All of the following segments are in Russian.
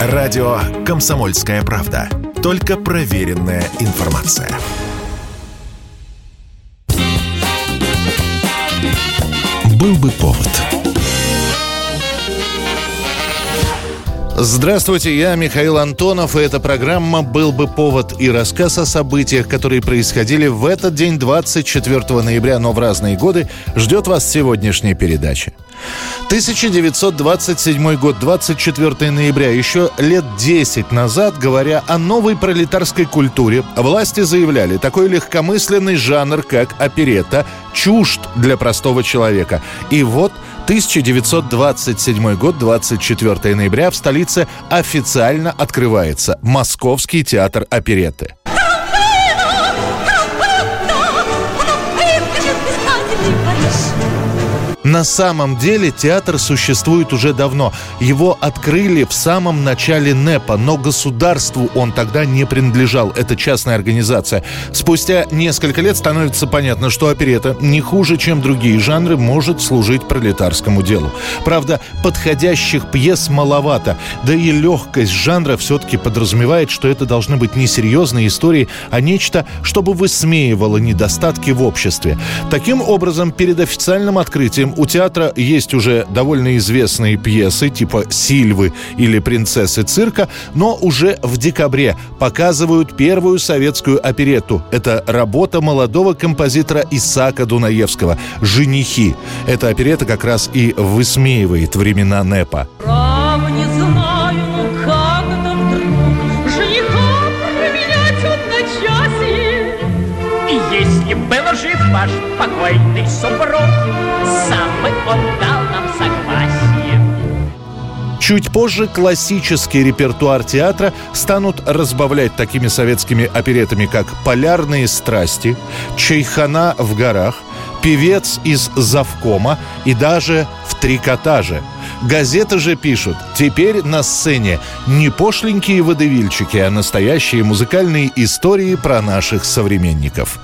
Радио «Комсомольская правда». Только проверенная информация. Был бы повод. Здравствуйте, я Михаил Антонов, и эта программа «Был бы повод» и рассказ о событиях, которые происходили в этот день, 24 ноября, но в разные годы, ждет вас сегодняшняя передача. 1927 год, 24 ноября. Еще лет 10 назад, говоря о новой пролетарской культуре, власти заявляли, такой легкомысленный жанр, как оперетта, чужд для простого человека. И вот 1927 год, 24 ноября, в столице официально открывается Московский театр оперетты. На самом деле театр существует уже давно. Его открыли в самом начале НЭПа, но государству он тогда не принадлежал. Это частная организация. Спустя несколько лет становится понятно, что оперетта не хуже, чем другие жанры, может служить пролетарскому делу. Правда, подходящих пьес маловато. Да и легкость жанра все-таки подразумевает, что это должны быть не серьезные истории, а нечто, чтобы высмеивало недостатки в обществе. Таким образом, перед официальным открытием у театра есть уже довольно известные пьесы типа «Сильвы» или «Принцессы цирка», но уже в декабре показывают первую советскую оперетту. Это работа молодого композитора Исаака Дунаевского «Женихи». Эта оперетта как раз и высмеивает времена НЭПа. Не знаю, ну как это вдруг жениха променять одночасье. И если был жив ваш покойный супруг, сам бы он дал нам согласие. Чуть позже классический репертуар театра станут разбавлять такими советскими опереттами, как «Полярные страсти», «Чайхана в горах», «Певец из завкома» и даже «В трикотаже». Газеты же пишут: теперь на сцене не пошленькие водевильчики, а настоящие музыкальные истории про наших современников.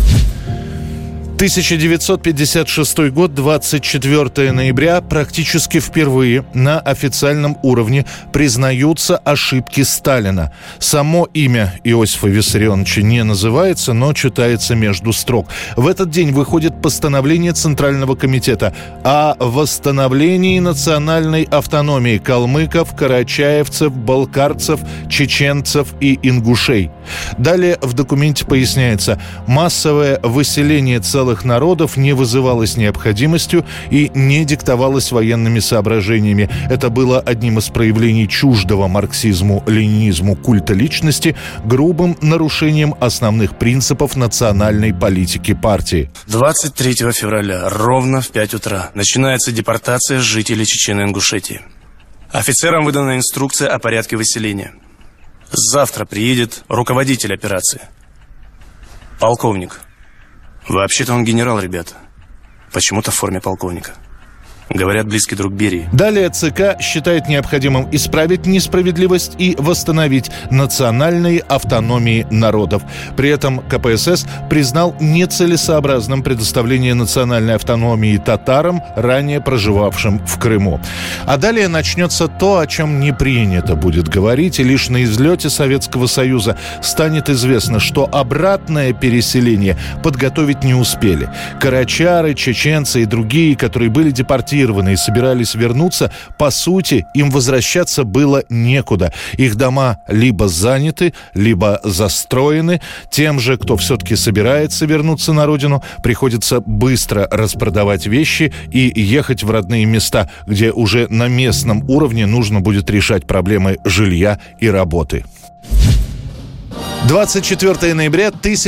1956 год, 24 ноября, практически впервые на официальном уровне признаются ошибки Сталина. Само имя Иосифа Виссарионовича не называется, но читается между строк. В этот день выходит постановление Центрального комитета о восстановлении национальной автономии калмыков, карачаевцев, балкарцев, чеченцев и ингушей. Далее в документе поясняется: массовое выселение целых народов не вызывалось необходимостью и не диктовалось военными соображениями. Это было одним из проявлений чуждого марксизму-ленинизму культа личности, грубым нарушением основных принципов национальной политики партии. 23 февраля, ровно в 5 утра, начинается депортация жителей Чечено-Ингушетии. Офицерам выдана инструкция о порядке выселения. Завтра приедет руководитель операции. Полковник. Вообще-то он генерал, ребята. Почему-то в форме полковника. Говорят, близкий друг Берии. Далее ЦК считает необходимым исправить несправедливость и восстановить национальные автономии народов. При этом КПСС признал нецелесообразным предоставление национальной автономии татарам, ранее проживавшим в Крыму. А далее начнется то, о чем не принято будет говорить, и лишь на излете Советского Союза станет известно, что обратное переселение подготовить не успели. Карачары, чеченцы и другие, которые были депортированы и собирались вернуться, по сути, им возвращаться было некуда. Их дома либо заняты, либо застроены. Тем же, кто все-таки собирается вернуться на родину, приходится быстро распродавать вещи и ехать в родные места, где уже на местном уровне нужно будет решать проблемы жилья и работы. 24 ноября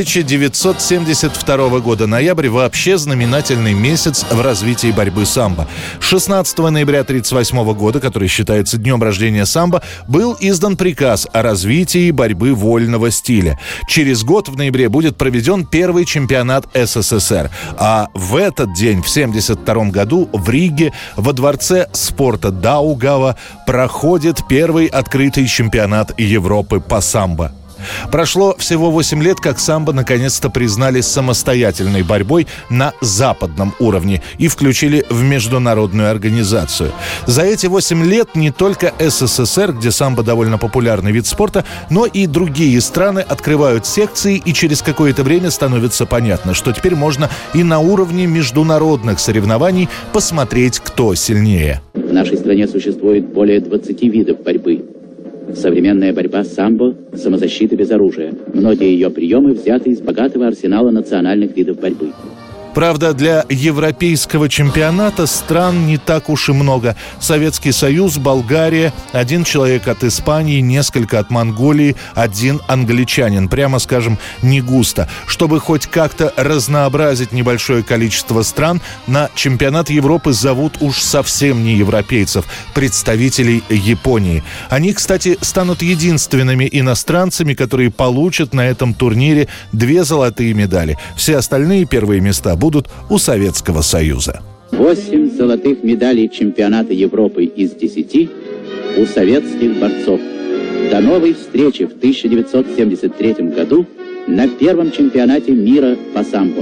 1972 года. Ноябрь вообще знаменательный месяц в развитии борьбы самбо. 16 ноября 1938 года, который считается днем рождения самбо, был издан приказ о развитии борьбы вольного стиля. Через год в ноябре будет проведен первый чемпионат СССР. А в этот день, в 1972 году, в Риге во дворце спорта Даугава проходит первый открытый чемпионат Европы по самбо. Прошло всего 8 лет, как самбо наконец-то признали самостоятельной борьбой на западном уровне и включили в международную организацию. За эти 8 лет не только СССР, где самбо довольно популярный вид спорта, но и другие страны открывают секции, и через какое-то время становится понятно, что теперь можно и на уровне международных соревнований посмотреть, кто сильнее. В нашей стране существует более 20 видов борьбы. Современная борьба самбо – самозащита без оружия. Многие ее приемы взяты из богатого арсенала национальных видов борьбы. Правда, для европейского чемпионата стран не так уж и много. Советский Союз, Болгария, 1 человек от Испании, несколько от Монголии, 1 англичанин. Прямо скажем, не густо. Чтобы хоть как-то разнообразить небольшое количество стран, на чемпионат Европы зовут уж совсем не европейцев, представителей Японии. Они, кстати, станут единственными иностранцами, которые получат на этом турнире 2 золотые медали. Все остальные первые места будут у Советского Союза. 8 золотых медалей чемпионата Европы из 10 у советских борцов. До новой встречи в 1973 году на первом чемпионате мира по самбо.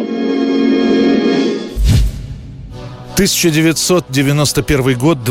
1991 год,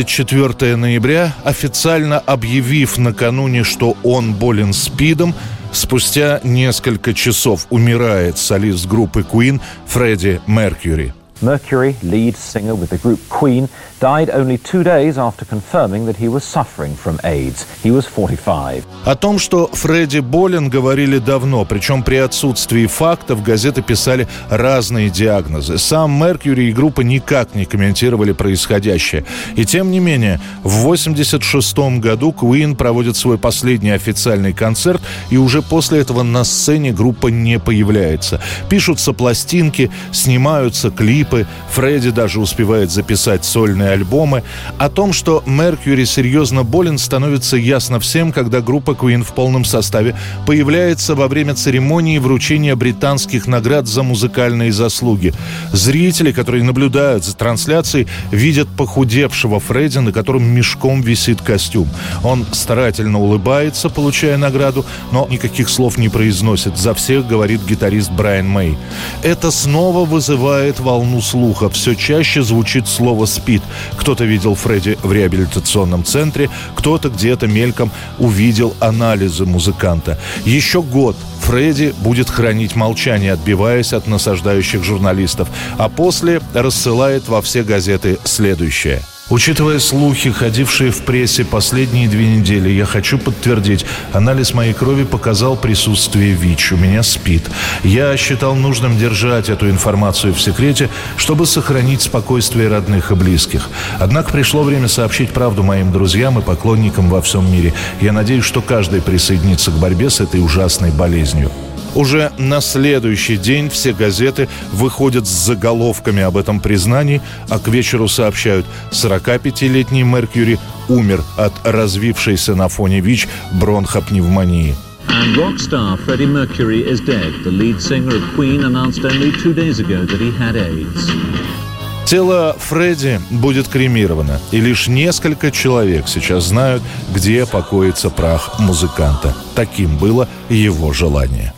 24 ноября, официально объявив накануне, что он болен СПИДом, спустя несколько часов умирает солист группы Queen Фредди Меркьюри. Mercury, lead singer with the group Queen, died only 2 days after confirming that he was suffering from AIDS. He was 45. О том, что Фредди болен, говорили давно, причем при отсутствии фактов газеты писали разные диагнозы. Сам Меркьюри и группа никак не комментировали происходящее. И тем не менее, в 1986 году Queen проводит свой последний официальный концерт, и уже после этого на сцене группа не появляется. Пишутся пластинки, снимаются клипы, Фредди даже успевает записать сольные альбомы. О том, что Меркьюри серьезно болен, становится ясно всем, когда группа Queen в полном составе появляется во время церемонии вручения британских наград за музыкальные заслуги. Зрители, которые наблюдают за трансляцией, видят похудевшего Фредди, на котором мешком висит костюм. Он старательно улыбается, получая награду, но никаких слов не произносит. За всех говорит гитарист Брайан Мэй. Это снова вызывает волну слуха. Все чаще звучит слово «СПИД». Кто-то видел Фредди в реабилитационном центре, кто-то где-то мельком увидел анализы музыканта. Еще год Фредди будет хранить молчание, отбиваясь от насаждающих журналистов, а после рассылает во все газеты следующее. Учитывая слухи, ходившие в прессе последние 2 недели, я хочу подтвердить, анализ моей крови показал присутствие ВИЧ. У меня СПИД. Я считал нужным держать эту информацию в секрете, чтобы сохранить спокойствие родных и близких. Однако пришло время сообщить правду моим друзьям и поклонникам во всем мире. Я надеюсь, что каждый присоединится к борьбе с этой ужасной болезнью. Уже на следующий день все газеты выходят с заголовками об этом признании, а к вечеру сообщают: 45-летний Меркьюри умер от развившейся на фоне ВИЧ бронхопневмонии. And rock star Freddie Mercury is dead. The lead singer of Queen announced only 2 days ago that he had AIDS. Тело Фредди будет кремировано, и лишь несколько человек сейчас знают, где покоится прах музыканта. Таким было его желание.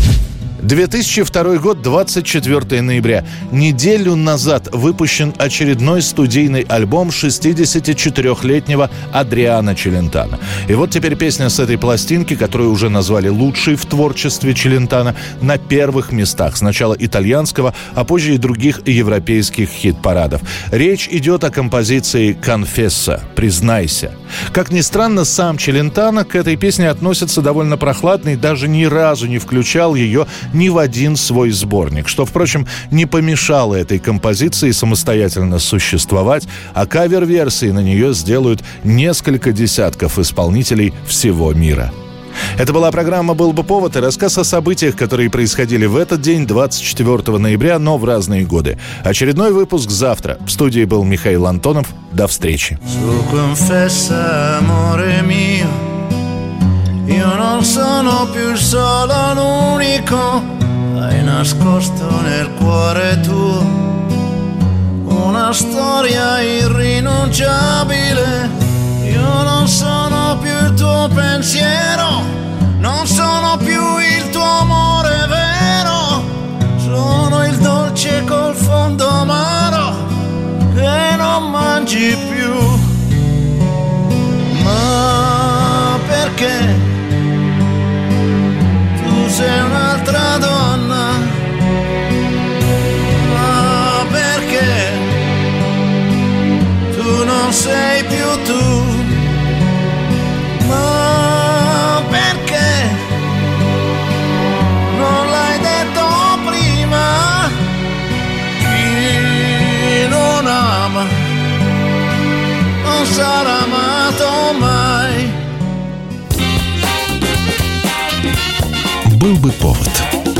2002 год, 24 ноября. Неделю назад выпущен очередной студийный альбом 64-летнего Адриано Челентано. И вот теперь песня с этой пластинки, которую уже назвали лучшей в творчестве Челентано, на первых местах. Сначала итальянского, а позже и других европейских хит-парадов. Речь идет о композиции «Конфесса» – «Признайся». Как ни странно, сам Челентано к этой песне относится довольно прохладно и даже ни разу не включал ее ни в один свой сборник, что, впрочем, не помешало этой композиции самостоятельно существовать, а кавер-версии на нее сделают несколько десятков исполнителей всего мира. Это была программа «Был бы повод» и рассказ о событиях, которые происходили в этот день, 24 ноября, но в разные годы. Очередной выпуск завтра. В студии был Михаил Антонов. До встречи. Io non sono più solo l'unico, hai nascosto nel cuore tuo una storia irrinunciabile. Io non sono più il tuo pensiero, non sono più sei più tu. Ma perché non l'hai detto prima? Chi non ama non sarà amato mai. Был бы повод.